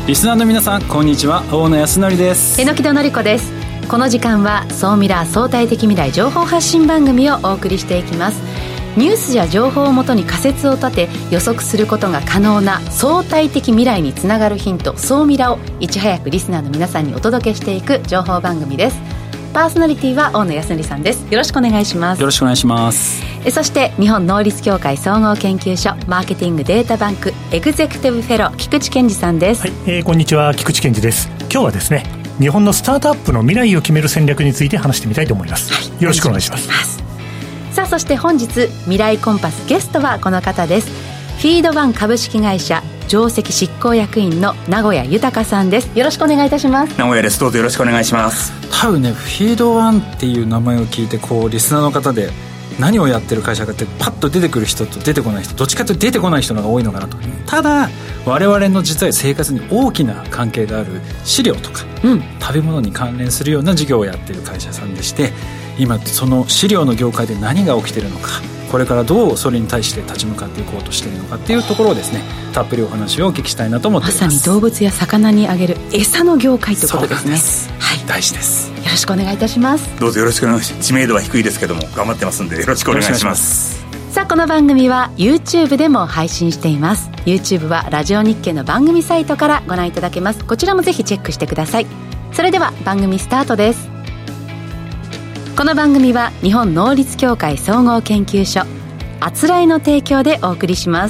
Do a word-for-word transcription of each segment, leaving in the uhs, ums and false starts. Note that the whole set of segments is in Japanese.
リスナーの皆さんこんにちは、大野康則です。 榎戸典子です。この時間は総ミラー相対的未来情報発信番組をお送りしていきます。ニュースや情報をもとに仮説を立て予測することが可能な相対的未来につながるヒント、総ミラをいち早くリスナーの皆さんにお届けしていく情報番組です。パーソナリティは大野康則さんです。よろしくお願いします。 よろしくお願いします。 えそして日本能率協会総合研究所マーケティングデータバンクエグゼクティブフェロー菊池健二さんです。 はい、えー、こんにちは、菊池健二です。今日はですね、日本のスタートアップの未来を決める戦略について話してみたいと思います。はい、よろしくお願いします。 さあ、そして本日未来コンパスゲストはこの方です。フィードワン株式会社上席執行役員の名古屋豊さんです。よろしくお願いいたします。 名古屋です。どうぞよろしくお願いします。 多分ね、フィードワンっていう名前を聞いてこうリスナーの方で何をやってる会社かってパッと出てくる人と出てこない人、どっちかというと出てこない人の方が多いのかなと。ただ我々の実は生活に大きな関係がある飼料とか、うん、食べ物に関連するような事業をやっている会社さんでして、今その飼料の業界で何が起きているのか、これからどうそれに対して立ち向かっていこうとしているのかっていうところをですね、たっぷりお話をお聞きしたいなと思っております。 まさに動物や魚にあげる餌の業界ということですね。 そうです、はい、大事です。 よろしくお願いいたします。 どうぞよろしくお願いします。知名度は低いですけども頑張ってますんでよろしくお願いします。 さあ、この番組は YouTube でも配信しています。 YouTube はラジオ日経の番組サイトからご覧いただけます。こちらもぜひチェックしてください。それでは番組スタートです。この番組は日本能率協会総合研究所あつらいの提供でお送りします。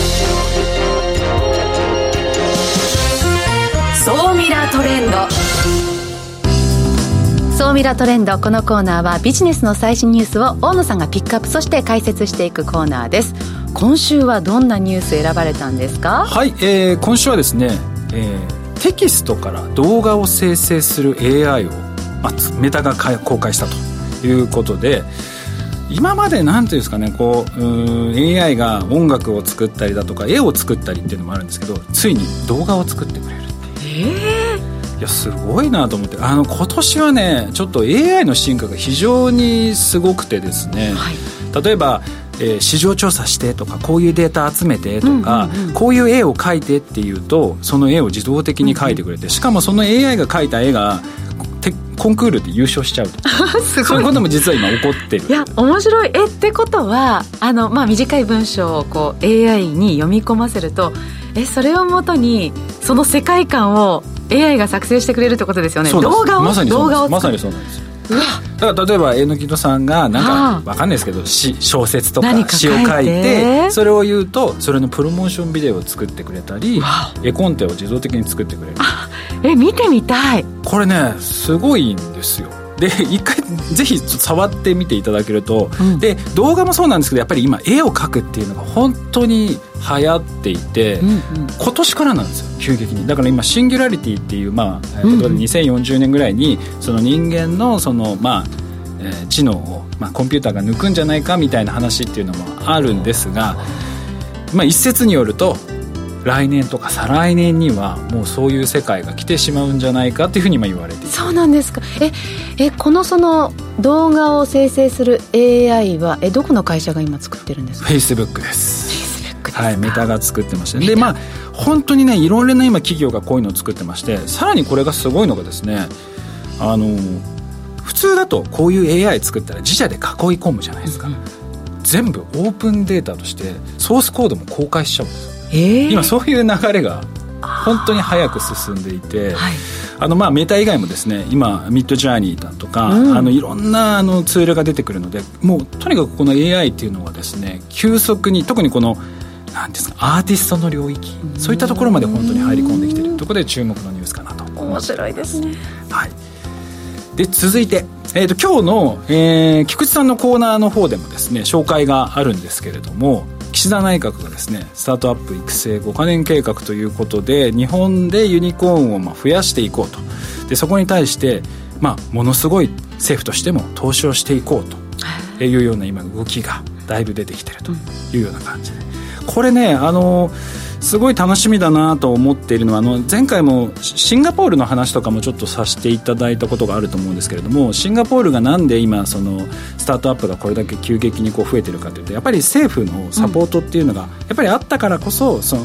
総ミラートレンド。総ミラートレンド、このコーナーはビジネスの最新ニュースを大野さんがピックアップ、そして解説していくコーナーです。今週はどんなニュース選ばれたんですか？ はい、えー、今週はですね、えー、テキストから動画を生成する エーアイ を、まあ、メタが公開したということで、今までなんていうんですかね、こう、うーん エーアイ が音楽を作ったりだとか絵を作ったりっていうのもあるんですけど、ついに動画を作ってくれるっていう、えー、いやすごいなと思って、あの今年はねちょっと エーアイ の進化が非常にすごくてですね、はい、例えば、えー、市場調査してとか、こういうデータ集めてとか、うんうんうん、こういう絵を描いてっていうとその絵を自動的に描いてくれて、しかもその エーアイ が描いた絵がコンクールで優勝しちゃうとすごいそういうことも実は今起こってる。 いや面白い。えってことはあの、まあ、短い文章をこう エーアイ に読み込ませると、えそれをもとにその世界観を エーアイ が作成してくれるってことですよね。動画をまさにそう動画をまさにそうなんですよ。だから例えば榎戸さんがなんか分かんないですけど小説とか詩を書いて、それを言うとそれのプロモーションビデオを作ってくれたり、絵コンテを自動的に作ってくれる。 あえ見てみたい。 これねすごいんですよ。で一回ぜひ触ってみていただけると、うん、で動画もそうなんですけど、やっぱり今絵を描くっていうのが本当に流行っていて、うんうん、今年からなんですよ急激に。だから今シンギュラリティっていう、まあ、例えばにせんよんじゅうねんぐらいにその人間のその、まあえー、知能を、まあ、コンピューターが抜くんじゃないかみたいな話っていうのもあるんですが、まあ、一説によると来年とか再来年にはもうそういう世界が来てしまうんじゃないかっていうふうに今言われている。 そうなんですか。ええこのその動画を生成する エーアイ はえどこの会社が今作ってるんですか？ Facebook です。 Facebook ですか。 はい、メタが作ってまして、でまあ本当にねいろいろな今企業がこういうのを作ってまして、さらにこれがすごいのがですね、あの普通だとこういう エーアイ 作ったら自社で囲い込むじゃないですか、うん、全部オープンデータとしてソースコードも公開しちゃうんですよ。えー、今そういう流れが本当に早く進んでいて、はい、あのまあメタ以外もですね、今ミッドジャーニーだとか、うん、あのいろんなあのツールが出てくるので、もうとにかくこの エーアイ っていうのはですね急速に、特にこのなんですかアーティストの領域、そういったところまで本当に入り込んできているところで注目のニュースかなと思います。 面白いですね。 はい、で続いて、えー、と今日の、えー、菊池さんのコーナーの方でもですね紹介があるんですけれども、岸田内閣がですねスタートアップ育成ごかねん計画ということで日本でユニコーンをまあ増やしていこうと。でそこに対して、まあ、ものすごい政府としても投資をしていこうというような今動きがだいぶ出てきているというような感じで、これねあのすごい楽しみだなと思っているのは、あの前回もシンガポールの話とかもちょっとさせていただいたことがあると思うんですけれども、シンガポールがなんで今そのスタートアップがこれだけ急激にこう増えてるかというと、やっぱり政府のサポートっていうのがやっぱりあったからこそ、その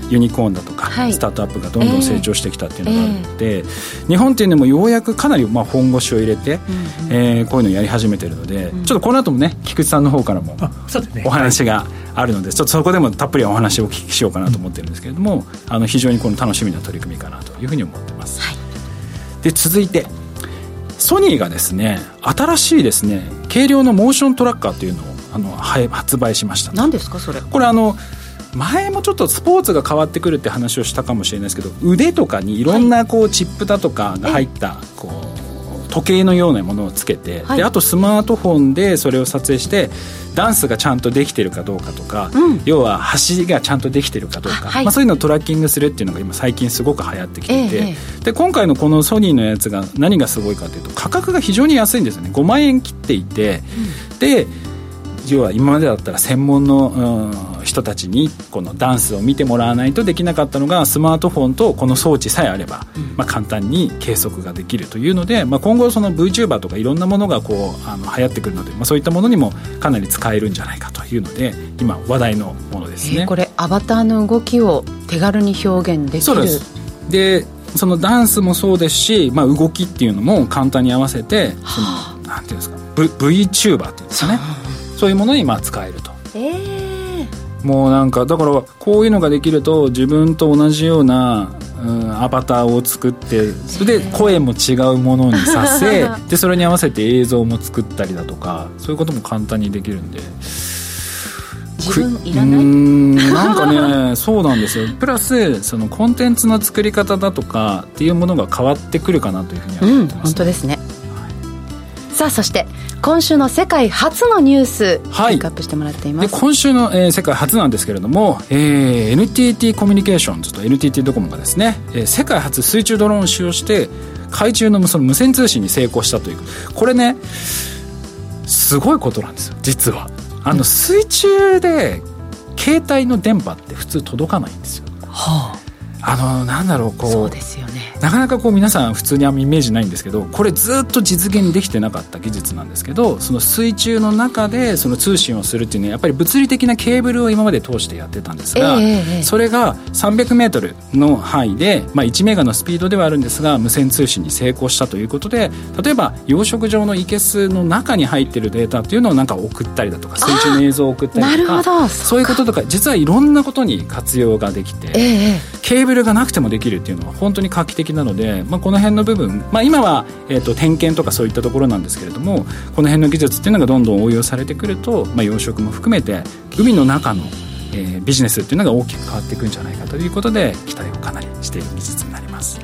ユニコーンだとか、はい、スタートアップがどんどん成長してきたっていうのがあるので、えー、日本っていうのもようやくかなりまあ本腰を入れて、うんうんえー、こういうのをやり始めているので、うん、ちょっとこの後もね菊池さんの方からもお話があるので、ちょっとそこでもたっぷりお話をお聞きしようかなと思ってるんですけれども、あの非常にこの楽しみな取り組みかなというふうに思ってます、はい、で続いてソニーがですね新しいですね軽量のモーショントラッカーというのをあの発売しました。 何ですかそれ。 これあの前もちょっとスポーツが変わってくるって話をしたかもしれないですけど、腕とかにいろんなこうチップだとかが入ったこう時計のようなものをつけて、はい、であとスマートフォンでそれを撮影してダンスがちゃんとできてるかどうかとか、うん、要は走りがちゃんとできてるかどうか、はいまあ、そういうのをトラッキングするっていうのが今最近すごく流行ってきていて、えー、で今回のこのソニーのやつが何がすごいかというと価格が非常に安いんですよね。ごまんえん切っていて、うん、で要は今までだったら専門の、うん、人たちにこのダンスを見てもらわないとできなかったのがスマートフォンとこの装置さえあれば、うんまあ、簡単に計測ができるというので、まあ、今後その VTuber とかいろんなものがこうあの流行ってくるので、まあ、そういったものにもかなり使えるんじゃないかというので今話題のものですね。 えー、これアバターの動きを手軽に表現できる。 そうです。でそのダンスもそうですし、まあ、動きっていうのも簡単に合わせてそのなんていうんですか v VTuber っていうんですかね、そういうものにまあ使えると、えー、もうなんかだからこういうのができると自分と同じような、うん、アバターを作ってそれで声も違うものにさせでそれに合わせて映像も作ったりだとかそういうことも簡単にできるんで自分いらない。 うーんなんかねそうなんですよ。プラスそのコンテンツの作り方だとかっていうものが変わってくるかなというふうには思ってます、ね。うん、本当ですね。さあそして今週の世界初のニュースピックアップしてもらっています、 はい、で今週の、えー、世界初なんですけれども、えー、エヌティーティー コミュニケーションズと エヌティーティー ドコモがですね、えー、世界初水中ドローンを使用して海中のその無線通信に成功したという。これねすごいことなんですよ実は。あの水中で携帯の電波って普通届かないんですよ、はあ、あのなんだろうこうそうですよね。 なかなかこう皆さん普通にあんまイメージないんですけどこれずっと実現できてなかった技術なんですけど、その水中の中でその通信をするっていうのはやっぱり物理的なケーブルを今まで通してやってたんですが、えー、それがさんびゃくメートルの範囲で、まあ、いちメガのスピードではあるんですが無線通信に成功したということで、例えば養殖場の生けすの中に入っているデータっていうのをなんか送ったりだとか水中の映像を送ったりとかそういうこととか実はいろんなことに活用ができて、えー、ケーブルがなくてもできるっていうのは本当に画期的なので、まあ、この辺の部分、まあ、今は、えーと、点検とかそういったところなんですけれどもこの辺の技術っていうのがどんどん応用されてくると、まあ、養殖も含めて海の中の、えー、ビジネスっていうのが大きく変わっていくんじゃないかということで期待をかなりしている技術になります、はい、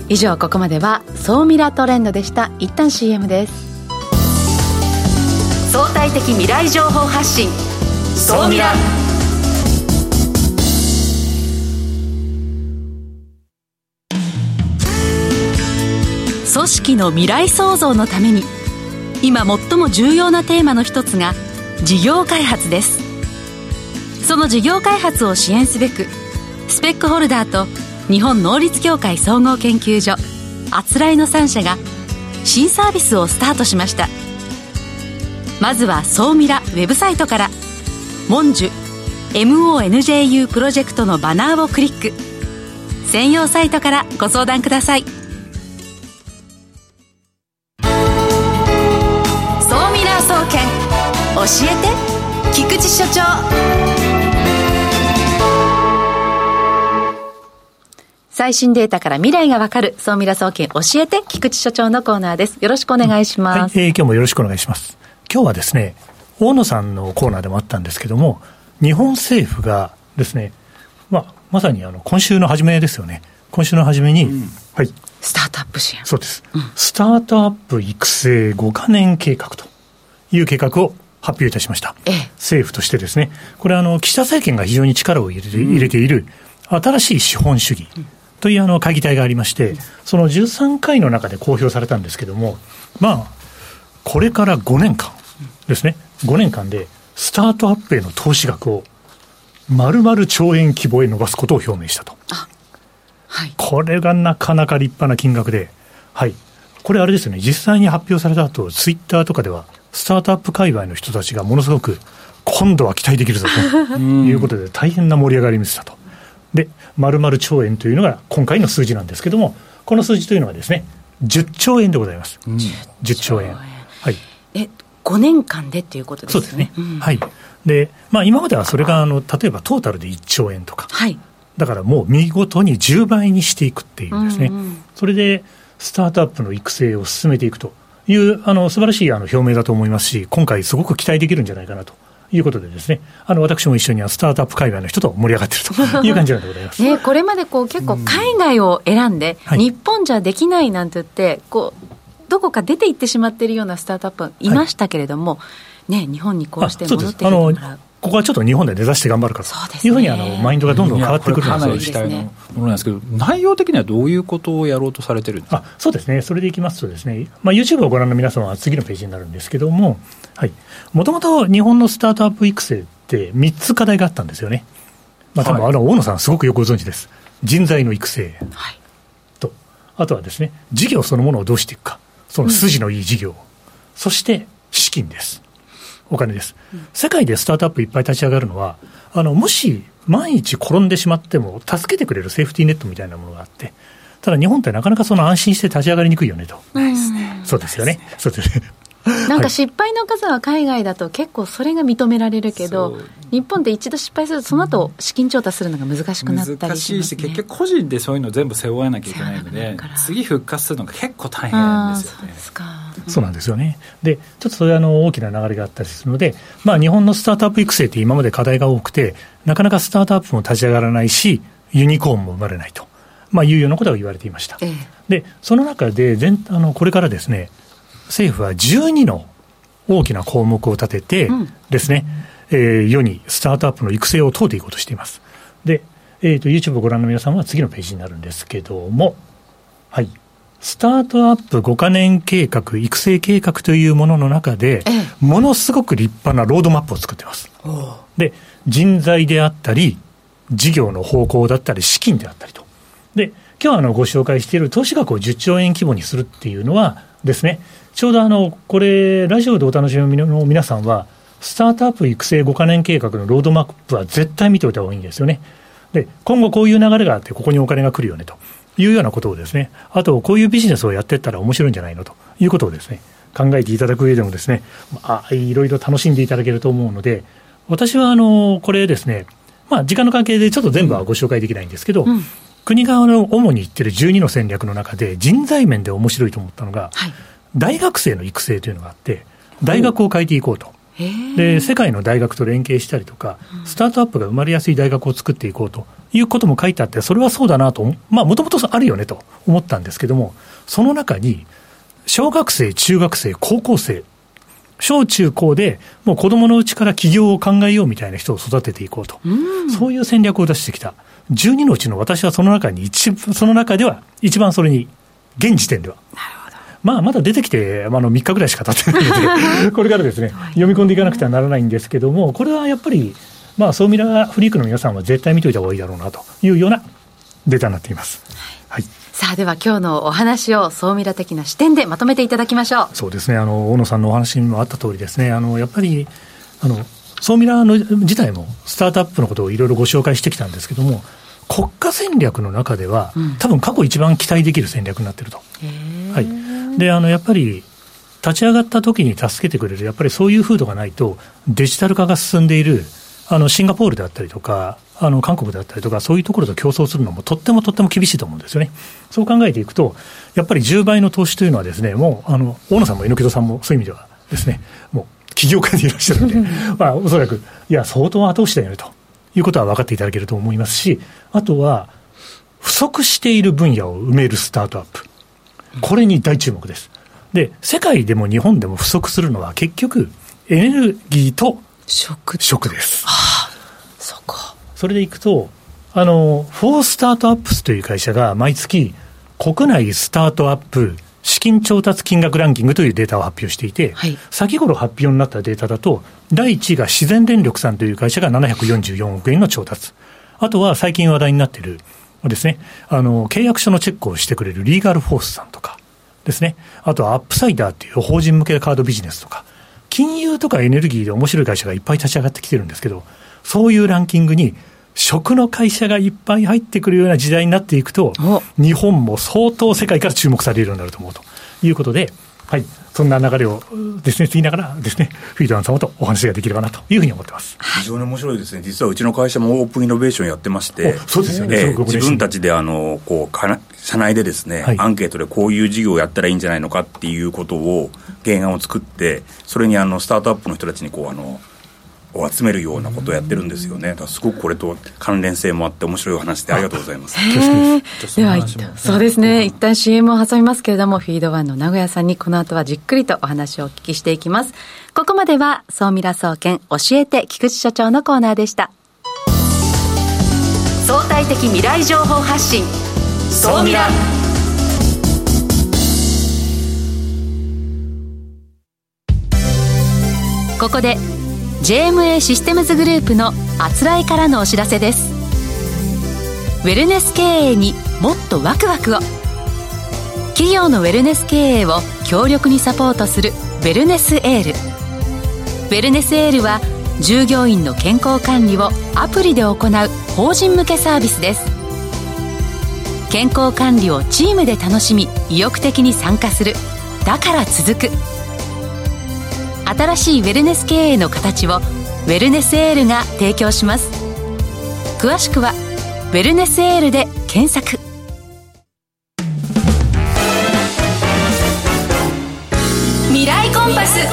以上ここまでは総ミラトレンドでした。一旦 シーエム です。相対的未来情報発信総ミラ。組織の未来創造のために今最も重要なテーマの一つが事業開発です。その事業開発を支援すべくスペックホルダーと日本能率協会総合研究所あつらいのさん社が新サービスをスタートしました。まずは総ミラウェブサイトからモンジュ エムオーエヌジェーユー プロジェクトのバナーをクリック。専用サイトからご相談ください。教えて菊池所長。最新データから未来がわかる総ミラ総研教えて菊池所長のコーナーです。よろしくお願いします、 はいえー、今日もよろしくお願いします。今日はですね大野さんのコーナーでもあったんですけども日本政府がですね、まあ、まさにあの今週の初めですよね。今週の初めに、うんはい、 スタートアップ支援そうです、うん、スタートアップ育成ごカ年計画という計画を発表いたしました、ええ、政府としてですね。これはあの岸田政権が非常に力を入れて、入れている新しい資本主義というあの会議体がありまして、そのじゅうさんかいの中で公表されたんですけども、まあこれからごねんかんですね。ごねんかんでスタートアップへの投資額を丸々兆円規模へ伸ばすことを表明したと。あ、はい、これがなかなか立派な金額で、はい、これあれですよね。実際に発表された後ツイッターとかではスタートアップ界隈の人たちがものすごく今度は期待できるぞということで大変な盛り上がりを見せたとで、丸々兆円というのが今回の数字なんですけども、この数字というのはですね、じゅっちょうえんでございます。うん、じゅっちょうえん。はい。 え、ごねんかんでっていうことですね。 そうですね。うん、はい。で、まあ今まではそれが、あの、例えばトータルでいっちょうえんとか。はい。だからもう見事にじゅうばいにしていくっていうですね。うんうん、それで、スタートアップの育成を進めていくという、あの、素晴らしいあの表明だと思いますし、今回すごく期待できるんじゃないかなと。いうことでですね、あの私も一緒にはスタートアップ界隈の人と盛り上がっているという感じなんでございます。 ね、これまでこう結構海外を選んで、うん、日本じゃできないなんて言ってこうどこか出ていってしまっているようなスタートアップいましたけれども、はい、ね、日本にこうして戻ってきてもらう。 ここはちょっと日本で根ざして頑張るからというふうにあのマインドがどんどん変わってくるので、かなり期待のものなんですけど、内容的にはどういうことをやろうとされてるんですか。 あ、そうですね、それでいきますとですね、まあ、YouTube をご覧の皆様は次のページになるんですけども、もともと日本のスタートアップ育成ってみっつ課題があったんですよね。まあ、多分あの大野さんすごくよくご存知です。人材の育成、はい、とあとはですね、事業そのものをどうしていくか、その筋のいい事業、うん、そして資金です。お金です、うん、世界でスタートアップいっぱい立ち上がるのは、あのもし万一転んでしまっても助けてくれるセーフティーネットみたいなものがあって、ただ日本ってなかなかその安心して立ち上がりにくいよねと、うん、そうですよね、そうですね。 なんか失敗の数は海外だと結構それが認められるけど、はい、日本って一度失敗するとその後資金調達するのが難しくなったりしますね。 難しいし、結局個人でそういうの全部背負わなきゃいけないので、次復活するのが結構大変ですよね。そうですか、 うん、そうなんですよね。で、ちょっとそういうあの大きな流れがあったりするので、まあ、日本のスタートアップ育成って今まで課題が多くて、なかなかスタートアップも立ち上がらないし、ユニコーンも生まれないと、まあ、いうようなことが言われていました、ええ、でその中で全あのこれからですね、政府はじゅうにの大きな項目を立ててですね、うん、えー、世にスタートアップの育成を問うていこうとしています。で、えーと、YouTube をご覧の皆さんは次のページになるんですけども、はい、スタートアップごかねん計画、育成計画というものの中で、ええ、ものすごく立派なロードマップを作っています。で、人材であったり、事業の方向だったり、資金であったりと。で、今日あのご紹介している投資額をじゅっちょうえん規模にするっていうのはですね、ちょうどあのこれラジオでお楽しみの皆さんはスタートアップ育成ごかねん計画のロードマップは絶対見ておいた方がいいんですよね。で、今後こういう流れがあってここにお金が来るよねというようなことをですね、あとこういうビジネスをやっていったら面白いんじゃないのということをですね、考えていただく上でもですね、あ、いろいろ楽しんでいただけると思うので、私はあのこれですね、まあ、時間の関係でちょっと全部はご紹介できないんですけど、うん、国があの主に言ってるじゅうにの戦略の中で人材面で面白いと思ったのが、はい、大学生の育成というのがあって、大学を変えていこうと。で、世界の大学と連携したりとか、スタートアップが生まれやすい大学を作っていこうということも書いてあって、それはそうだなと、まあ、もともとあるよねと思ったんですけども、その中に、小学生、中学生、高校生、小中高でもう子供のうちから起業を考えようみたいな人を育てていこうと、うそういう戦略を出してきた。じゅうにのうちの私はその中に一、その中では一番それに、現時点では。なるほど。まあ、まだ出てきて、あのみっかぐらいしか経ってないので、これからですね、読み込んでいかなくてはならないんですけども、これはやっぱり、まあ、総ミラフリークの皆さんは絶対見といた方がいいだろうなというようなデータになっています。はい。 さあ、では今日のお話を総ミラ的な視点でまとめていただきましょう。 そうですね、あの大野さんのお話にもあった通りですね、あのやっぱりあの総ミラの自体もスタートアップのことをいろいろご紹介してきたんですけども、国家戦略の中では、うん、多分過去一番期待できる戦略になっていると。はい、であのやっぱり立ち上がった時に助けてくれる、やっぱりそういう風土がないとデジタル化が進んでいるあのシンガポールであったりとか、あの韓国であったりとか、そういうところと競争するのもとってもとっても厳しいと思うんですよね。そう考えていくと、やっぱりじゅうばいの投資というのはですね、もうあの大野さんも榎戸さんもそういう意味ではですね、もう起業家でいらっしゃるのでまあおそらくいや相当後押しだよねということは分かっていただけると思いますし、あとは不足している分野を埋めるスタートアップ、これに大注目です。で、世界でも日本でも不足するのは結局エネルギーと食食です。 はあ、そこ。 それでいくと、あのフォースタートアップスという会社が毎月国内スタートアップ資金調達金額ランキングというデータを発表していて、はい、先頃発表になったデータだとだいいちいが自然電力さんという会社がななひゃくよんじゅうよんおくえんの調達、あとは最近話題になっているですね、あの契約書のチェックをしてくれるリーガルフォースさんとかですね、あとはアップサイダーという法人向けカードビジネスとか、金融とかエネルギーで面白い会社がいっぱい立ち上がってきてるんですけど、そういうランキングに食の会社がいっぱい入ってくるような時代になっていくと、日本も相当世界から注目されるようになると思うということで、はい、そんな流れをですね、言いながらですね、フィードワン様とお話ができればなというふうに思ってます。 非常に面白いですね。実はうちの会社もオープンイノベーションやってまして、 そうですよね、 えー、自分たちであのこうか社内でですね、はい、アンケートでこういう事業をやったらいいんじゃないのかっていうことを原案を作って、それにあのスタートアップの人たちにこうあのを集めるようなことをやってるんですよね。だからすごくこれと関連性もあって面白いお話でありがとうございます。 では一旦そうですね、一旦 シーエム を挟みますけれども、フィードワンの名古屋さんにこの後はじっくりとお話をお聞きしていきます。ここまでは総ミラ総研教えて菊池所長のコーナーでした。相対的未来情報発信、総ミラ。ここでジェーエムエー システムズグループのあつらいからのお知らせです。ウェルネス経営にもっとワクワクを。企業のウェルネス経営を強力にサポートするウェルネスエール。ウェルネスエールは従業員の健康管理をアプリで行う法人向けサービスです。健康管理をチームで楽しみ、意欲的に参加する。だから続く。新しいウェルネス経営の形をウェルネスエールが提供します。詳しくはウェルネスエールで検索。未来コンパス。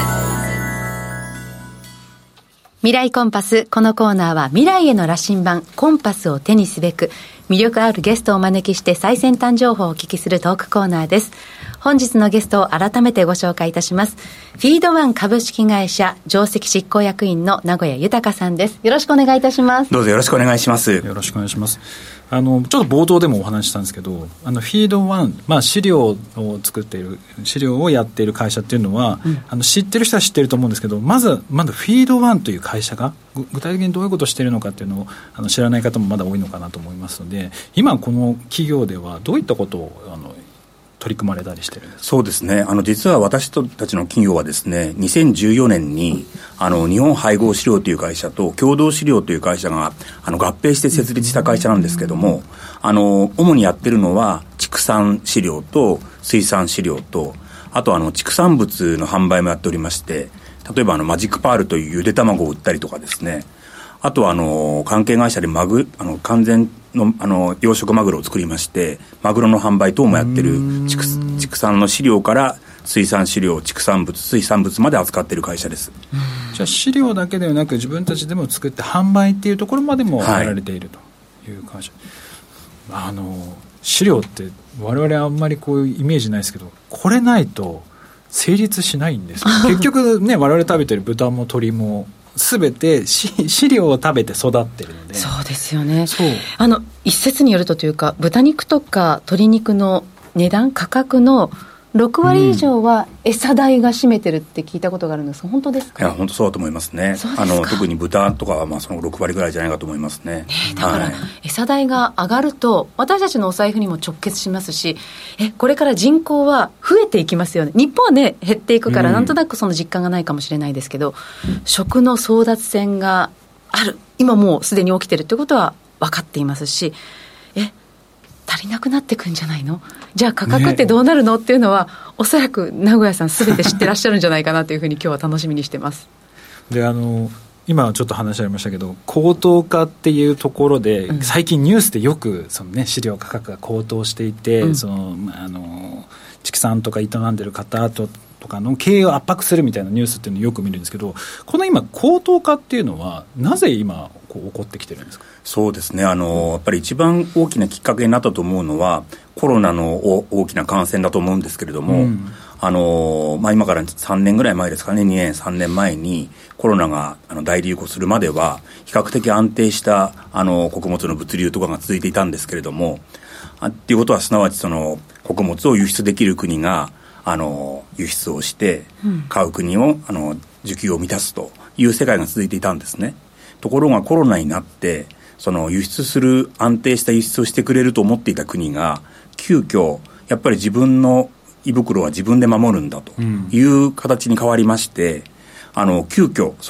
未来コンパス。このコーナーは未来への羅針盤コンパスを手にすべく魅力あるゲストをお招きして最先端情報をお聞きするトークコーナーです。本日のゲストを改めてご紹介いたします。フィードワン株式会社上席執行役員の名古屋豊さんです。よろしくお願いいたします。 どうぞよろしくお願いします。 よろしくお願いします。あのちょっと冒頭でもお話ししたんですけど、あのフィードワン、まあ、資料を作っている資料をやっている会社っていうのは、うん、あの知ってる人は知ってると思うんですけど、まずまずフィードワンという会社が具体的にどういうことをしているのかっていうのをあの知らない方もまだ多いのかなと思いますので、今この企業ではどういったことをあの取り組まれたりしてるんですか？ そうですね、あの実は私たちの企業はですね、にせんじゅうよねんにあの日本配合資料という会社と共同資料という会社があの合併して設立した会社なんですけども、あの主にやってるのは畜産飼料と水産飼料と、あとあの畜産物の販売もやっておりまして、例えばあのマジックパールというゆで卵を売ったりとかですね、あとはあの関係会社でマグあの完全のあの養殖マグロを作りまして、マグロの販売等もやってる畜、畜産の飼料から水産飼料、畜産物、水産物まで扱っている会社です。 じゃあ飼料だけではなく自分たちでも作って販売っていうところまでもやられているという会社、はい、あの飼料って我々あんまりこういうイメージないですけど、これないと成立しないんです結局ね、我々食べてる豚も鶏もすべて飼料を食べて育ってるので。 そうですよね。そう、あの一説によるとというか、豚肉とか鶏肉の値段価格のろくわり以上は餌代が占めてるって聞いたことがあるんですが、本当ですか？ いや本当そうだと思いますね。あの特に豚とかはまあそのろくわりぐらいじゃないかと思いますね。ね、 だから、はい、餌代が上がると私たちのお財布にも直結しますし、えこれから人口は増えていきますよね。日本はね減っていくから、うん、なんとなくその実感がないかもしれないですけど、食の争奪戦がある、今もうすでに起きてるってことは分かっていますし、え足りなくなってくんじゃないの、じゃあ価格ってどうなるの、ね、っていうのはおそらく名古屋さんすべて知ってらっしゃるんじゃないかなというふうに今日は楽しみにしてます。 であの今ちょっと話ありましたけど、高騰化っていうところで、うん、最近ニュースでよくその、ね、飼料価格が高騰していて、うん、そのあの畜産とか営んでる方ととかの経営を圧迫するみたいなニュースっていうのをよく見るんですけど、この今高騰化っていうのはなぜ今こう起こってきてるんですか？ そうですね、あのやっぱり一番大きなきっかけになったと思うのはコロナの大きな感染だと思うんですけれども、うん、あのまあ、今からさんねんぐらい前ですかね、にねんさんねんまえにコロナがあの大流行するまでは比較的安定したあの穀物の物流とかが続いていたんですけれども、あっていうことはすなわちその穀物を輸出できる国があの輸出をして買う国をあの需給を満たすという世界が続いていたんですね。ところがコロナになってその輸出する安定した輸出をしてくれると思っていた国が急遽やっぱり自分の胃袋は自分で守るんだという形に変わりまして、うん、あの急遽そのさ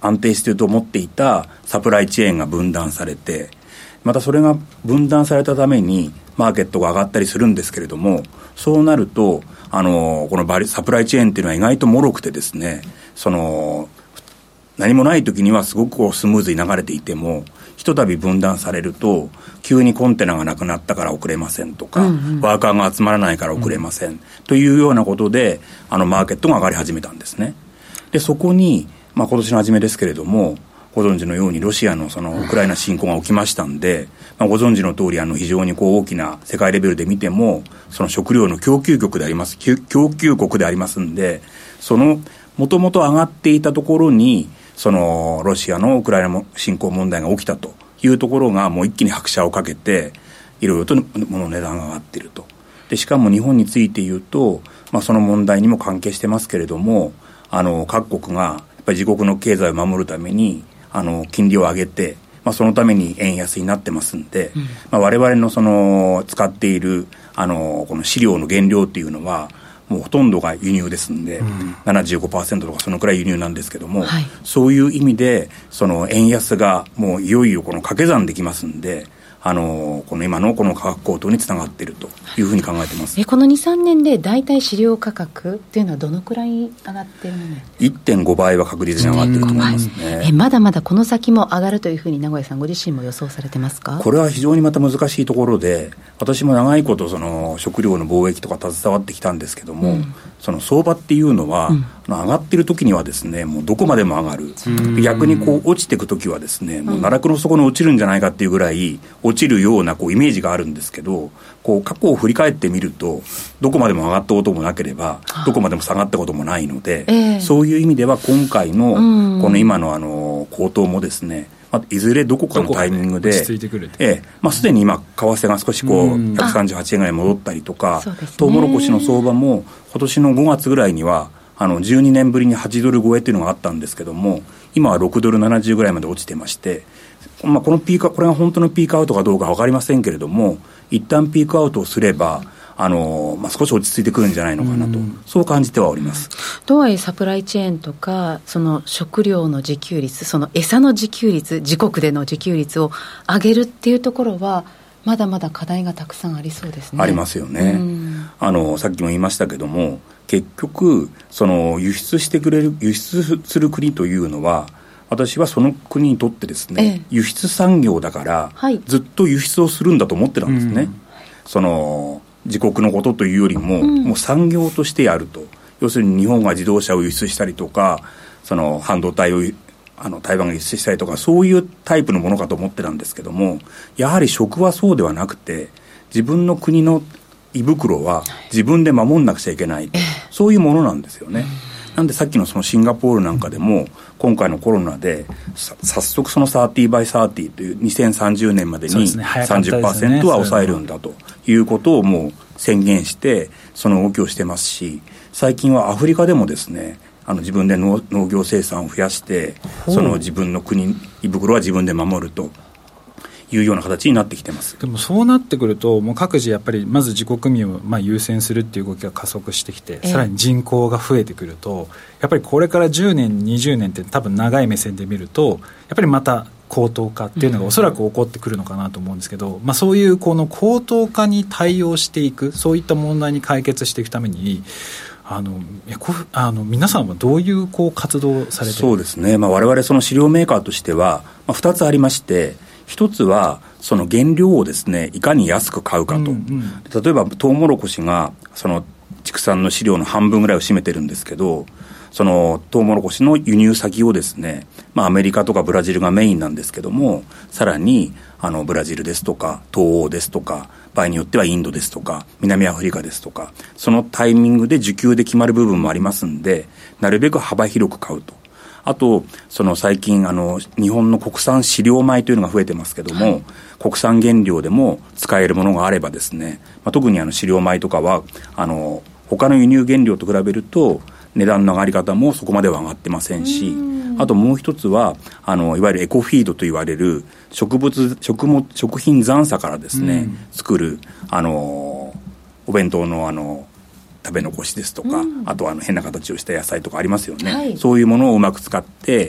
安定していると思っていたサプライチェーンが分断されて、またそれが分断されたためにマーケットが上がったりするんですけれども、そうなるとあのこのバリサプライチェーンっていうのは意外と脆くてですね、その何もない時にはすごくこうスムーズに流れていても、ひとたび分断されると急にコンテナがなくなったから送れませんとか、うんうん、ワーカーが集まらないから送れません、うん、というようなことであのマーケットが上がり始めたんですね。でそこに、まあ、今年の初めですけれども、ご存知のようにロシアのそのウクライナ侵攻が起きましたんで、まあ、ご存知の通りあの非常にこう大きな世界レベルで見てもその食料の供給国であります供給国でありますんで、そのもともと上がっていたところにそのロシアのウクライナ侵攻問題が起きたというところがもう一気に拍車をかけていろいろと物の値段が上がっていると。でしかも日本について言うと、まあ、その問題にも関係してますけれども、あの各国がやっぱり自国の経済を守るためにあの金利を上げて、まあ、そのために円安になってますんで、うんまあ、我々のその使っているあのこの飼料の原料っていうのはもうほとんどが輸入ですんで、うん、ななじゅうごパーセント とかそのくらい輸入なんですけども、はい、そういう意味でその円安がもういよいよこの掛け算できますんで、あのこの今のこの価格高騰につながっているというふうに考えています。 えこの にさんねんで大体飼料価格っていうのはどのくらい上がっているのね。 いってんご 倍は確実に上がっていると思いますね。 えまだまだこの先も上がるというふうに名古屋さんご自身も予想されてますか。 これは非常にまた難しいところで、私も長いことその食料の貿易とか携わってきたんですけども、うん、その相場っていうのは、うん、上がっている時にはですねもうどこまでも上がる、逆にこう落ちていく時はですねもう奈落の底に落ちるんじゃないかっていうぐらい落ちるようなこうイメージがあるんですけど、こう過去を振り返ってみるとどこまでも上がったこともなければどこまでも下がったこともないので、えー、そういう意味では今回のこの今のあの高騰もですね、まあ、いずれどこかのタイミングで落ち着いてくる、ええまあ、すでに今為替が少しこうひゃくさんじゅうはちえんぐらい戻ったりとか、トウモロコシの相場も今年のごがつぐらいにはあのじゅうにねんぶりにはちドル超えっていうのがあったんですけども、今はろくドルななじゅうぐらいまで落ちてまして、まあ、このピークこれが本当のピークアウトかどうか分かりませんけれども、一旦ピークアウトをすればあの、まあ、少し落ち着いてくるんじゃないのかなと、そう感じてはおります。 とはいえサプライチェーンとかその食料の自給率、その餌の自給率、自国での自給率を上げるっていうところはまだまだ課題がたくさんありそうですね。 ありますよね。あのさっきも言いましたけども、結局その輸出してくれる輸出する国というのは私はその国にとってですね、ええ、輸出産業だから、はい、ずっと輸出をするんだと思ってたんですね、うん、その自国のことというよりも、うん、もう産業としてやると。要するに日本が自動車を輸出したりとか、その半導体をあの台湾が輸出したりとか、そういうタイプのものかと思ってたんですけども、やはり食はそうではなくて、自分の国の胃袋は自分で守んなくちゃいけない、ええ、そういうものなんですよね、うん、なんでさっきのそのシンガポールなんかでも今回のコロナで早速そのサーティーバイサーティーというにせんさんじゅうねんまでに さんじゅっパーセント は抑えるんだということをもう宣言してその動きをしてますし、最近はアフリカでもですね、あの自分で 農, 農業生産を増やしてその自分の国胃袋は自分で守るというような形になってきてます。 でもそうなってくるともう各自やっぱりまず自国民をまあ優先するっていう動きが加速してきて、さらに人口が増えてくるとやっぱりこれからじゅうねんにじゅうねんって多分長い目線で見るとやっぱりまた高騰化っていうのがおそらく起こってくるのかなと思うんですけど、まあ、そういうこの高騰化に対応していく、そういった問題に解決していくためにあのあの皆さんはどういうこう活動をされているんですか。 そうですね、まあ、我々その飼料メーカーとしては、まあ、ふたつありまして、一つはその原料をですねいかに安く買うかと、うんうん、例えばトウモロコシがその畜産の飼料の半分ぐらいを占めてるんですけど、そのトウモロコシの輸入先をですね、まあ、アメリカとかブラジルがメインなんですけども、さらにあのブラジルですとか東欧ですとか場合によってはインドですとか南アフリカですとか、そのタイミングで需給で決まる部分もありますんで、なるべく幅広く買うと。あとその最近あの日本の国産飼料米というのが増えてますけども、はい、国産原料でも使えるものがあればですね、まあ、特にあの飼料米とかはあの他の輸入原料と比べると値段の上がり方もそこまでは上がってませんし、あともう一つはあのいわゆるエコフィードといわれる植物 食, 物食品残差からですね、作るあのお弁当のあの食べ残しですとか、うん、あとはあの変な形をした野菜とかありますよね、はい、そういうものをうまく使って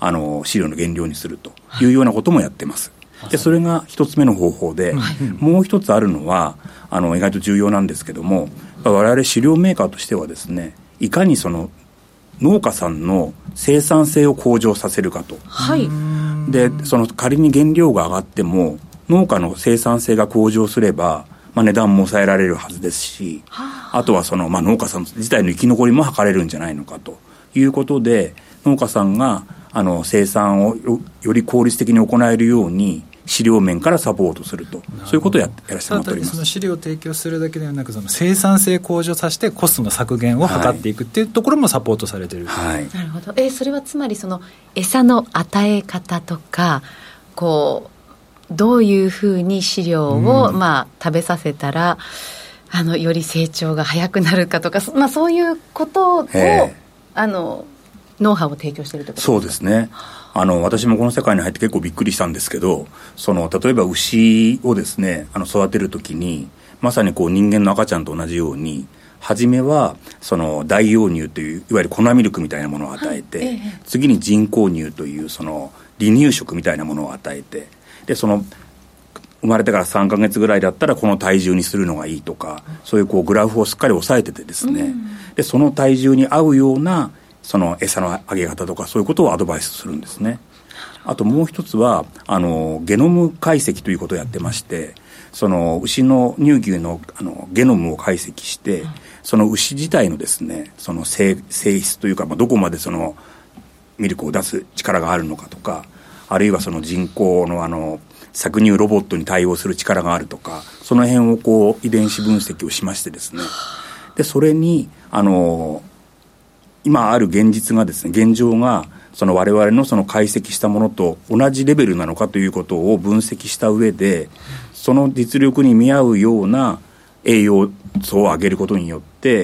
あの飼料の原料にするというようなこともやってます。でそれが一つ目の方法で、はい、もう一つあるのはあの意外と重要なんですけども、我々飼料メーカーとしてはですね、いかにその農家さんの生産性を向上させるかと、はい、でその仮に原料が上がっても農家の生産性が向上すれば、まあ、値段も抑えられるはずですし、はあ、あとはその、まあ、農家さん自体の生き残りも図れるんじゃないのかということで、農家さんがあの生産を よ, より効率的に行えるように飼料面からサポートすると、そういうことを や, やらせてもらっております。 その飼料を提供するだけではなく、その生産性向上させてコストの削減を図っていくっていうところもサポートされている、 はい、なるほど。えー、それはつまりその餌の与え方とか、こうどういうふうに飼料を、うん、まあ、食べさせたらあのより成長が早くなるかとか、まあ、そういうことをあのノウハウを提供しているということですか。 そうですね。あの私もこの世界に入って結構びっくりしたんですけど、その例えば牛をですね、あの育てるときにまさにこう人間の赤ちゃんと同じように、初めはその代用乳といういわゆる粉ミルクみたいなものを与えて、はい、ええ、次に人工乳というその離乳食みたいなものを与えて、でその生まれてからさんかげつぐらいだったらこの体重にするのがいいとか、そういうこうグラフをしっかり押さえててですね、うん、でその体重に合うようなその餌のあげ方とか、そういうことをアドバイスするんですね。あともう一つはあのゲノム解析ということをやってまして、その牛の乳牛 の, あのゲノムを解析して、その牛自体のですね、その 性, 性質というか、まあ、どこまでそのミルクを出す力があるのかとか、あるいはその人工 の, あの搾乳ロボットに対応する力があるとか、その辺をこう遺伝子分析をしましてですね、でそれにあの今ある現実がですね、現状がその我々のその解析したものと同じレベルなのかということを分析した上で、その実力に見合うような栄養素を上げることによって、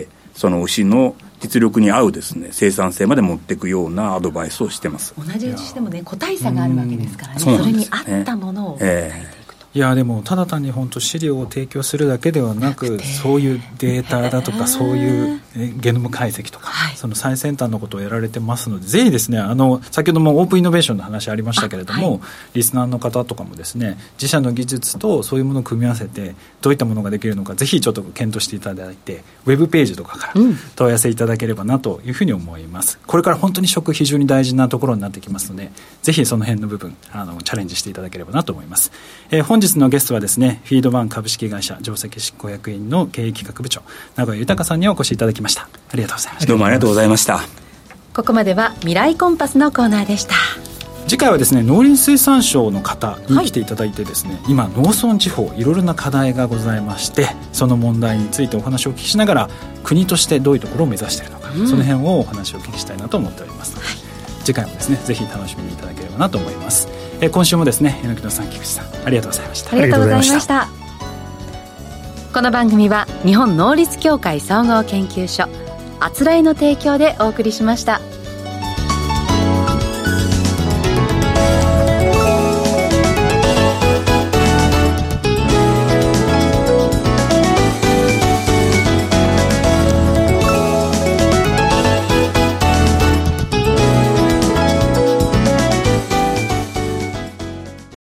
その牛の実力に合うですね、生産性まで持っていくようなアドバイスをしてます。 同じ牛でもね、個体差があるわけですからね、それに合ったものを与えていくと、えーいやでもただ単に本当飼料を提供するだけではなく、そういうデータだとか、そういうゲノム解析とか、はい、その最先端のことをやられてますので、ぜひですね、あの先ほどもオープンイノベーションの話ありましたけれども、はい、リスナーの方とかもですね、自社の技術とそういうものを組み合わせてどういったものができるのか、ぜひちょっと検討していただいて、ウェブページとかから問い合わせいただければなというふうに思います、うん、これから本当に食非常に大事なところになってきますので、ぜひその辺の部分あのチャレンジしていただければなと思います、えー、本日のゲストはですね、フィードバン株式会社上席執行役員の経営企画部長、名古屋豊さんにお越しいただきました。ありがとうございました。 どうもありがとうございました。 ここまでは未来コンパスのコーナーでした。 次回はですね、農林水産省の方に来ていただいてですね、はい、今農村地方いろいろな課題がございまして、その問題についてお話をお聞きしながら、国としてどういうところを目指しているのか、うん、その辺をお話をお聞きしたいなと思っておりますので、はい、次回もですね、ぜひ楽しみにいただければなと思います。えー、今週もですね、榎野さん、菊池さん、ありがとうございました。 ありがとうございました。この番組は日本能率協会総合研究所あつらいの提供でお送りしました。